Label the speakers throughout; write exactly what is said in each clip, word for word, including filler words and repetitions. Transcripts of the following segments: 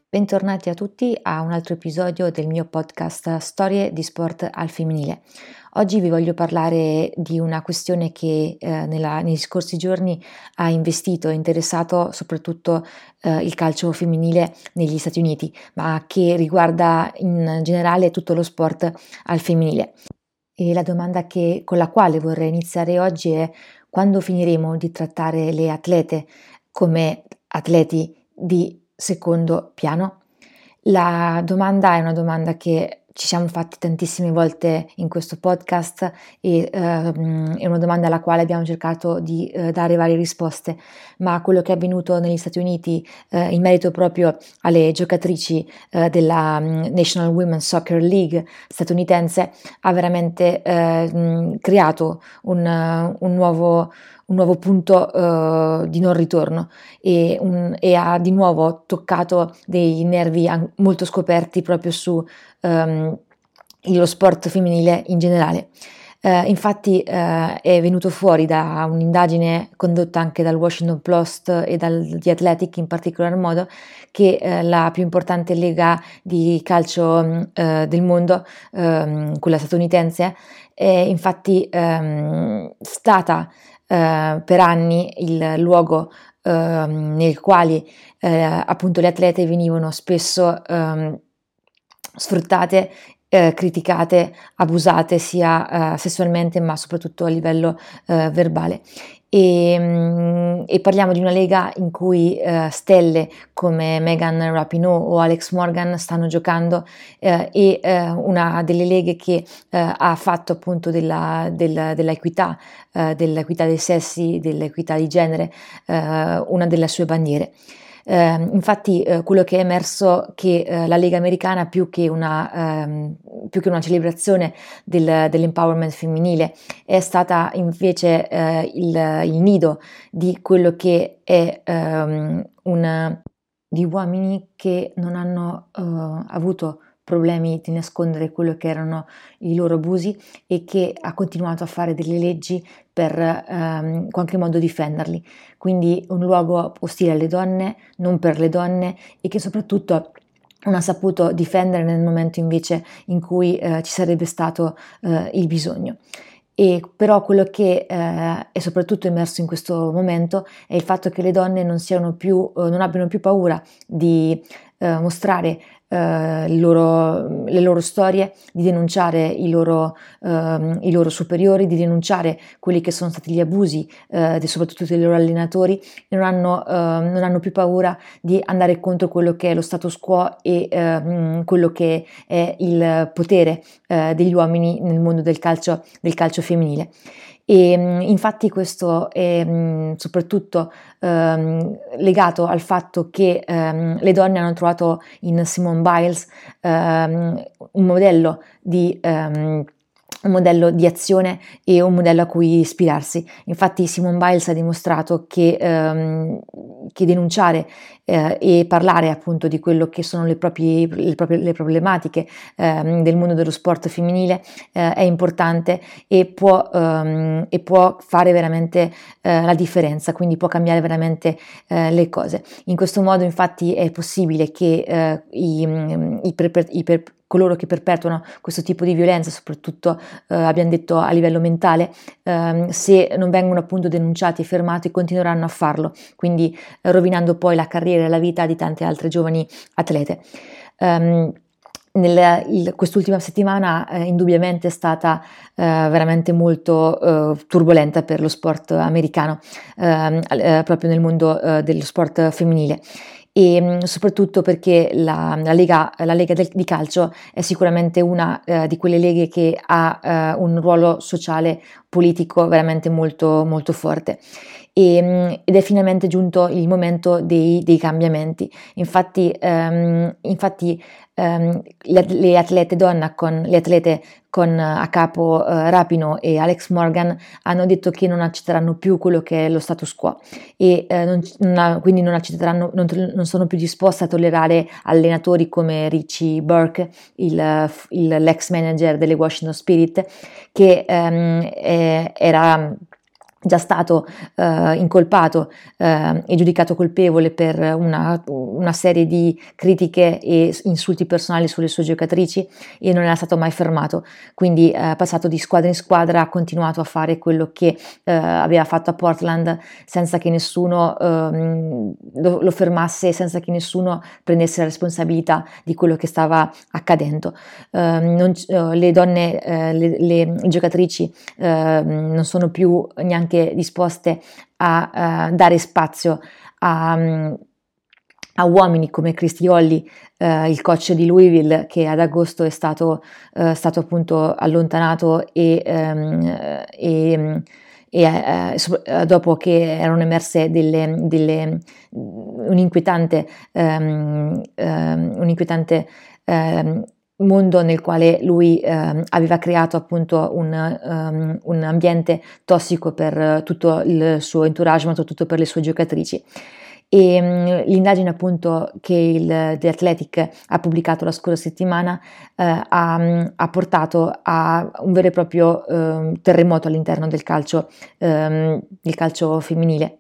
Speaker 1: Bentornati a tutti a un altro episodio del mio podcast Storie di sport al femminile. Oggi vi voglio parlare di una questione che eh, nella, negli scorsi giorni ha investito e interessato soprattutto eh, il calcio femminile negli Stati Uniti, ma che riguarda in generale tutto lo sport al femminile. E la domanda che, con la quale vorrei iniziare oggi è: quando finiremo di trattare le atlete come atleti di secondo piano? La domanda è una domanda che ci siamo fatti tantissime volte in questo podcast e ehm, è una domanda alla quale abbiamo cercato di eh, dare varie risposte, ma quello che è avvenuto negli Stati Uniti eh, in merito proprio alle giocatrici eh, della um, National Women's Soccer League statunitense ha veramente eh, creato un, un nuovo un nuovo punto uh, di non ritorno e, un, e ha di nuovo toccato dei nervi an- molto scoperti proprio su um, lo sport femminile in generale. Uh, infatti uh, è venuto fuori da un'indagine condotta anche dal Washington Post e dal The Athletic in particolar modo che uh, la più importante lega di calcio uh, del mondo, uh, quella statunitense, è infatti um, stata Uh, per anni il luogo uh, nel quale uh, appunto le atlete venivano spesso um, sfruttate, uh, criticate, abusate sia uh, sessualmente ma soprattutto a livello uh, verbale. E, um, e parliamo di una lega in cui uh, stelle come Megan Rapinoe o Alex Morgan stanno giocando uh, e uh, una delle leghe che uh, ha fatto appunto della, della, dell'equità, uh, dell'equità dei sessi, dell'equità di genere, uh, una delle sue bandiere. Uh, infatti uh, quello che è emerso è che uh, la Lega Americana più che una, um, più che una celebrazione del, dell'empowerment femminile è stata invece uh, il, il nido di quello che è um, una, di uomini che non hanno uh, avuto problemi di nascondere quello che erano i loro abusi e che ha continuato a fare delle leggi per ehm, in qualche modo difenderli. Quindi un luogo ostile alle donne, non per le donne e che soprattutto non ha saputo difendere nel momento invece in cui eh, ci sarebbe stato eh, il bisogno. E però quello che eh, è soprattutto emerso in questo momento è il fatto che le donne non siano più, eh, non abbiano più paura di eh, mostrare eh, le, loro, le loro storie, di denunciare i loro, eh, i loro superiori, di denunciare quelli che sono stati gli abusi, eh, soprattutto dei loro allenatori, e non hanno, eh, non hanno più paura di andare contro quello che è lo status quo e eh, quello che è il potere eh, degli uomini nel mondo del calcio, del calcio femminile. E infatti questo è mh, soprattutto ehm, legato al fatto che ehm, le donne hanno trovato in Simone Biles ehm, un modello di ehm, un modello di azione e un modello a cui ispirarsi. Infatti Simone Biles ha dimostrato che, ehm, che denunciare eh, e parlare appunto di quello che sono le proprie, le proprie le problematiche ehm, del mondo dello sport femminile eh, è importante e può, ehm, e può fare veramente eh, la differenza, quindi può cambiare veramente eh, le cose. In questo modo infatti è possibile che eh, i, i, per, i per, coloro che perpetuano questo tipo di violenza, soprattutto eh, abbiamo detto a livello mentale, ehm, se non vengono appunto denunciati e fermati continueranno a farlo, quindi eh, rovinando poi la carriera e la vita di tante altre giovani atlete. Um, nel, il, quest'ultima settimana eh, indubbiamente è stata eh, veramente molto eh, turbolenta per lo sport americano, ehm, eh, proprio nel mondo eh, dello sport femminile. E soprattutto perché la, la Lega, la Lega del, di calcio è sicuramente una eh, di quelle leghe che ha eh, un ruolo sociale politico veramente molto, molto forte. E, ed è finalmente giunto il momento dei, dei cambiamenti. Infatti, ehm, infatti ehm, le, le atlete donna con le atlete con a capo eh, Rapinoe e Alex Morgan hanno detto che non accetteranno più quello che è lo status quo e eh, non, non ha, quindi non accetteranno, non, non sono più disposte a tollerare allenatori come Richie Burke, il, il, l'ex manager delle Washington Spirit, che ehm, è, era già stato eh, incolpato eh, e giudicato colpevole per una, una serie di critiche e insulti personali sulle sue giocatrici e non era stato mai fermato, quindi è eh, passato di squadra in squadra, ha continuato a fare quello che eh, aveva fatto a Portland senza che nessuno eh, lo, lo fermasse, senza che nessuno prendesse la responsabilità di quello che stava accadendo. Eh, non, eh, le donne, eh, le, le giocatrici eh, non sono più neanche disposte a uh, dare spazio a, um, a uomini come Christy Holly, uh, il coach di Louisville, che ad agosto è stato, uh, stato appunto allontanato e, um, e e eh, dopo che erano emerse delle, delle un'inquietante um, um, un'inquietante um, mondo nel quale lui eh, aveva creato appunto un, um, un ambiente tossico per tutto il suo entourage, ma soprattutto per le sue giocatrici. E um, l'indagine appunto che il The Athletic ha pubblicato la scorsa settimana eh, ha, ha portato a un vero e proprio eh, terremoto all'interno del calcio, eh, del calcio femminile.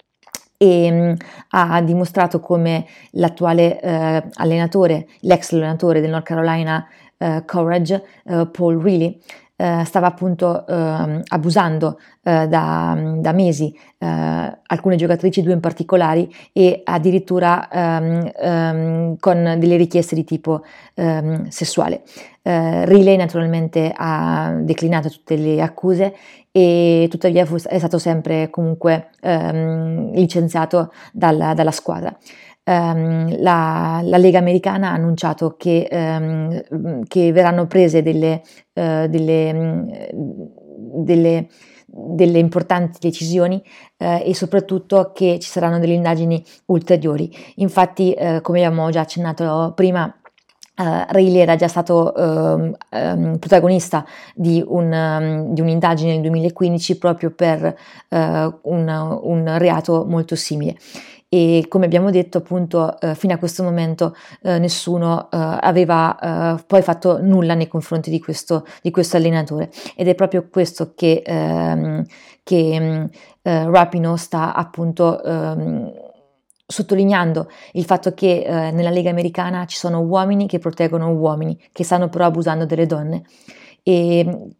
Speaker 1: E mh, ha dimostrato come l'attuale eh, allenatore, l'ex allenatore del North Carolina eh, Courage, eh, Paul Reilly, eh, stava appunto eh, abusando eh, da, da mesi eh, alcune giocatrici, due in particolare, e addirittura ehm, ehm, con delle richieste di tipo ehm, sessuale. Eh, Reilly naturalmente ha declinato tutte le accuse e tuttavia fu, è stato sempre comunque ehm, licenziato dalla, dalla squadra. Um, la, la Lega Americana ha annunciato che, um, che verranno prese delle, uh, delle, delle, delle importanti decisioni uh, e soprattutto che ci saranno delle indagini ulteriori. Infatti, uh, come abbiamo già accennato prima, Uh, Reilly era già stato uh, um, protagonista di, un, um, di un'indagine nel duemilaquindici proprio per uh, un, un reato molto simile. E come abbiamo detto appunto eh, fino a questo momento eh, nessuno eh, aveva eh, poi fatto nulla nei confronti di questo, di questo allenatore, ed è proprio questo che, ehm, che eh, Rapinoe sta appunto ehm, sottolineando, il fatto che eh, nella Lega Americana ci sono uomini che proteggono uomini, che stanno però abusando delle donne e,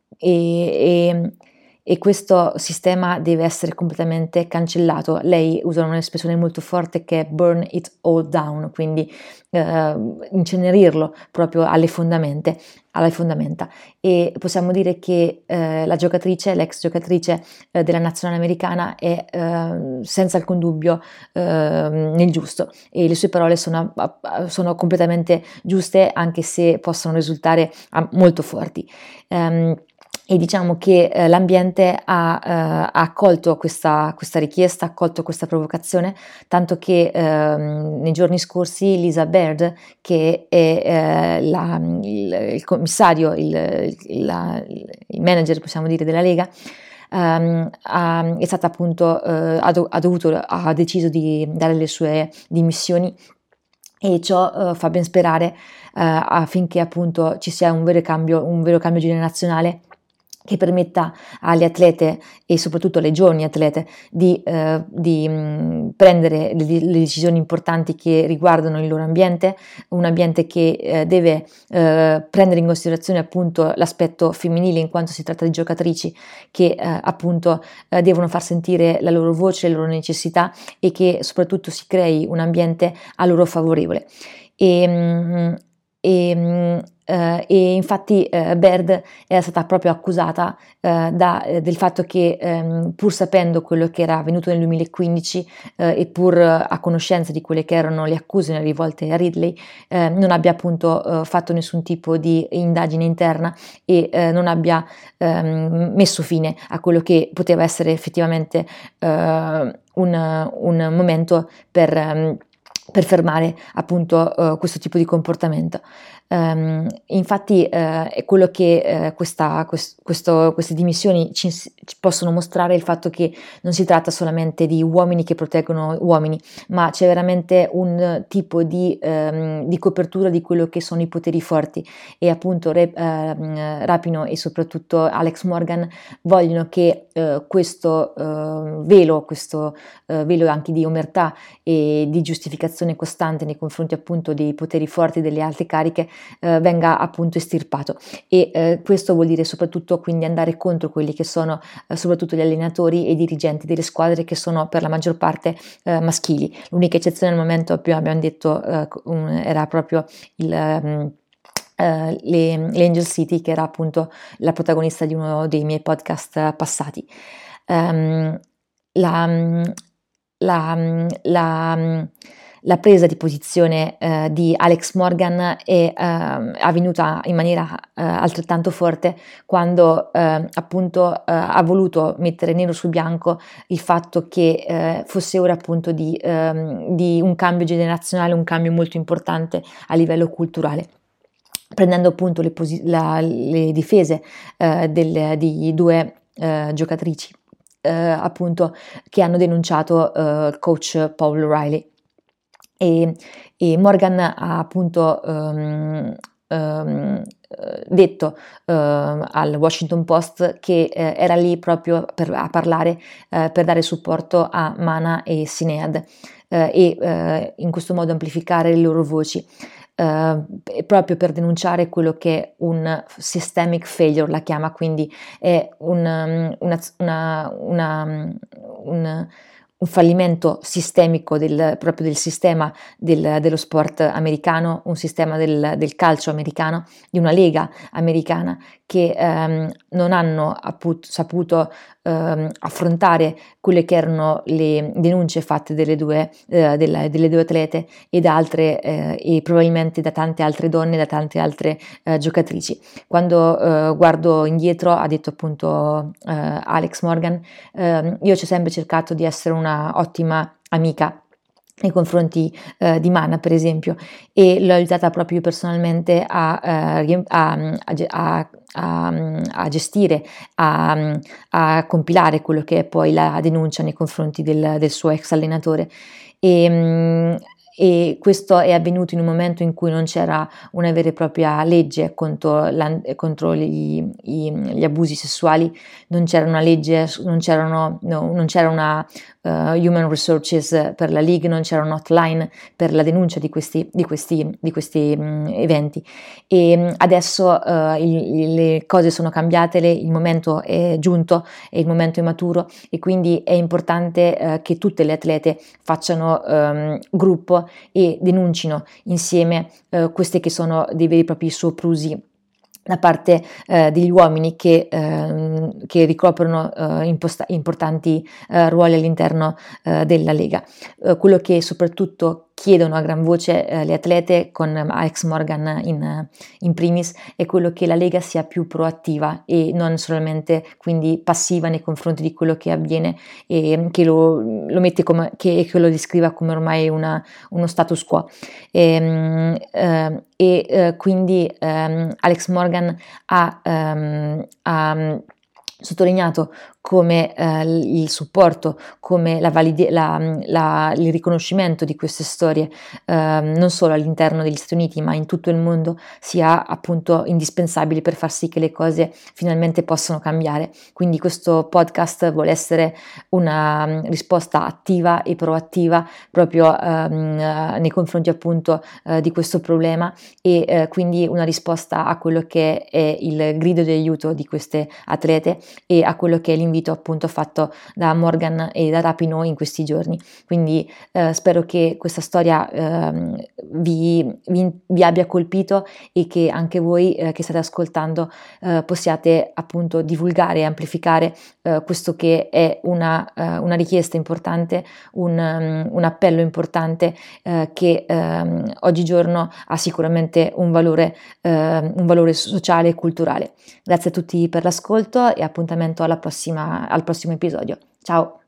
Speaker 1: e, e e questo sistema deve essere completamente cancellato. Lei usa un'espressione molto forte che è burn it all down, quindi eh, incenerirlo proprio alle fondamenta, alle fondamenta. E possiamo dire che eh, la giocatrice, l'ex giocatrice eh, della nazionale americana è eh, senza alcun dubbio eh, nel giusto, e le sue parole sono, sono completamente giuste, anche se possono risultare ah, molto forti. Um, E diciamo che eh, l'ambiente ha, eh, ha accolto questa, questa richiesta, ha accolto questa provocazione, tanto che ehm, nei giorni scorsi Lisa Baird, che è eh, la, il, il commissario, il, il, la, il manager, possiamo dire, della Lega, Um, ha, è stata appunto uh, ha, do, ha dovuto ha deciso di dare le sue dimissioni, e ciò uh, fa ben sperare uh, affinché appunto ci sia un vero cambio, un vero cambio generazionale che permetta alle atlete e soprattutto alle giovani atlete di, eh, di mh, prendere le, le decisioni importanti che riguardano il loro ambiente, un ambiente che eh, deve eh, prendere in considerazione appunto l'aspetto femminile, in quanto si tratta di giocatrici che eh, appunto eh, devono far sentire la loro voce, le loro necessità, e che soprattutto si crei un ambiente a loro favorevole. E, mh, e Uh, e infatti uh, Baird era stata proprio accusata uh, da, uh, del fatto che um, pur sapendo quello che era avvenuto nel duemilaquindici uh, e pur uh, a conoscenza di quelle che erano le accuse rivolte a Ridley, uh, non abbia appunto uh, fatto nessun tipo di indagine interna e uh, non abbia um, messo fine a quello che poteva essere effettivamente uh, un, un momento per um, per fermare appunto uh, questo tipo di comportamento. Um, infatti uh, è quello che uh, questa, quest, questo, queste dimissioni ci, ci possono mostrare, il fatto che non si tratta solamente di uomini che proteggono uomini, ma c'è veramente un tipo di, um, di copertura di quello che sono i poteri forti, e appunto Re, uh, Rapinoe e soprattutto Alex Morgan vogliono che uh, questo uh, velo, questo uh, velo anche di omertà e di giustificazione costante nei confronti appunto dei poteri forti delle alte cariche eh, venga appunto estirpato, e eh, questo vuol dire soprattutto quindi andare contro quelli che sono eh, soprattutto gli allenatori e i dirigenti delle squadre, che sono per la maggior parte eh, maschili. L'unica eccezione al momento, abbiamo detto, eh, era proprio il um, Uh, le, l'Angel City, che era appunto la protagonista di uno dei miei podcast passati. Um, la, la, la, la presa di posizione uh, di Alex Morgan è uh, avvenuta in maniera uh, altrettanto forte quando uh, appunto uh, ha voluto mettere nero su bianco il fatto che uh, fosse ora appunto di, uh, di un cambio generazionale, un cambio molto importante a livello culturale, prendendo appunto le, posi- la, le difese eh, del, di due eh, giocatrici eh, appunto che hanno denunciato eh, il coach Paul Riley, e, e Morgan ha appunto um, um, detto uh, al Washington Post che uh, era lì proprio per, a parlare uh, per dare supporto a Mana e Sinead uh, e uh, in questo modo amplificare le loro voci. Uh, proprio per denunciare quello che è un systemic failure, la chiama, quindi è un, um, una, una, una, un, un fallimento sistemico del, proprio del sistema del, dello sport americano, un sistema del, del calcio americano, di una lega americana che um, non hanno appunto, saputo um, affrontare quelle che erano le denunce fatte delle due, uh, della, delle due atlete e da altre uh, e probabilmente da tante altre donne, da tante altre uh, giocatrici. Quando uh, guardo indietro, ha detto appunto uh, Alex Morgan, uh, io ho sempre cercato di essere una ottima amica nei confronti uh, di Mana, per esempio, e l'ho aiutata proprio personalmente a, uh, a, a, a, a gestire, a, a compilare quello che è poi la denuncia nei confronti del, del suo ex allenatore. E, um, e questo è avvenuto in un momento in cui non c'era una vera e propria legge contro, la, contro gli, gli, gli abusi sessuali, non c'era una legge, non, c'erano, no, non c'era una uh, human resources per la league, non c'era un hotline per la denuncia di questi, di questi, di questi um, eventi, e um, adesso uh, il, le cose sono cambiate, le, il momento è giunto, e il momento è maturo, e quindi è importante uh, che tutte le atlete facciano um, gruppo e denuncino insieme eh, questi che sono dei veri e propri soprusi da parte eh, degli uomini che, eh, che ricoprono eh, imposta- importanti eh, ruoli all'interno eh, della Lega. Eh, quello che soprattutto chiedono a gran voce eh, le atlete, con Alex Morgan in, in primis, è quello che la Lega sia più proattiva e non solamente quindi passiva nei confronti di quello che avviene, e che lo, lo mette come, che, che lo descriva come ormai una, uno status quo. E, eh, e eh, quindi ehm, Alex Morgan ha, ehm, ha sottolineato come eh, il supporto, come la valide- la, la, il riconoscimento di queste storie eh, non solo all'interno degli Stati Uniti ma in tutto il mondo sia appunto indispensabile per far sì che le cose finalmente possano cambiare. Quindi questo podcast vuole essere una risposta attiva e proattiva proprio ehm, nei confronti appunto eh, di questo problema, e eh, quindi una risposta a quello che è il grido di aiuto di queste atlete e a quello che è l'invito appunto fatto da Morgan e da Rapinoe in questi giorni. Quindi eh, spero che questa storia eh, vi, vi, vi abbia colpito, e che anche voi eh, che state ascoltando eh, possiate appunto divulgare e amplificare eh, questo che è una, uh, una richiesta importante, un, um, un appello importante eh, che eh, oggigiorno ha sicuramente un valore, eh, un valore sociale e culturale. Grazie a tutti per l'ascolto e appuntamento alla prossima, al prossimo episodio. Ciao!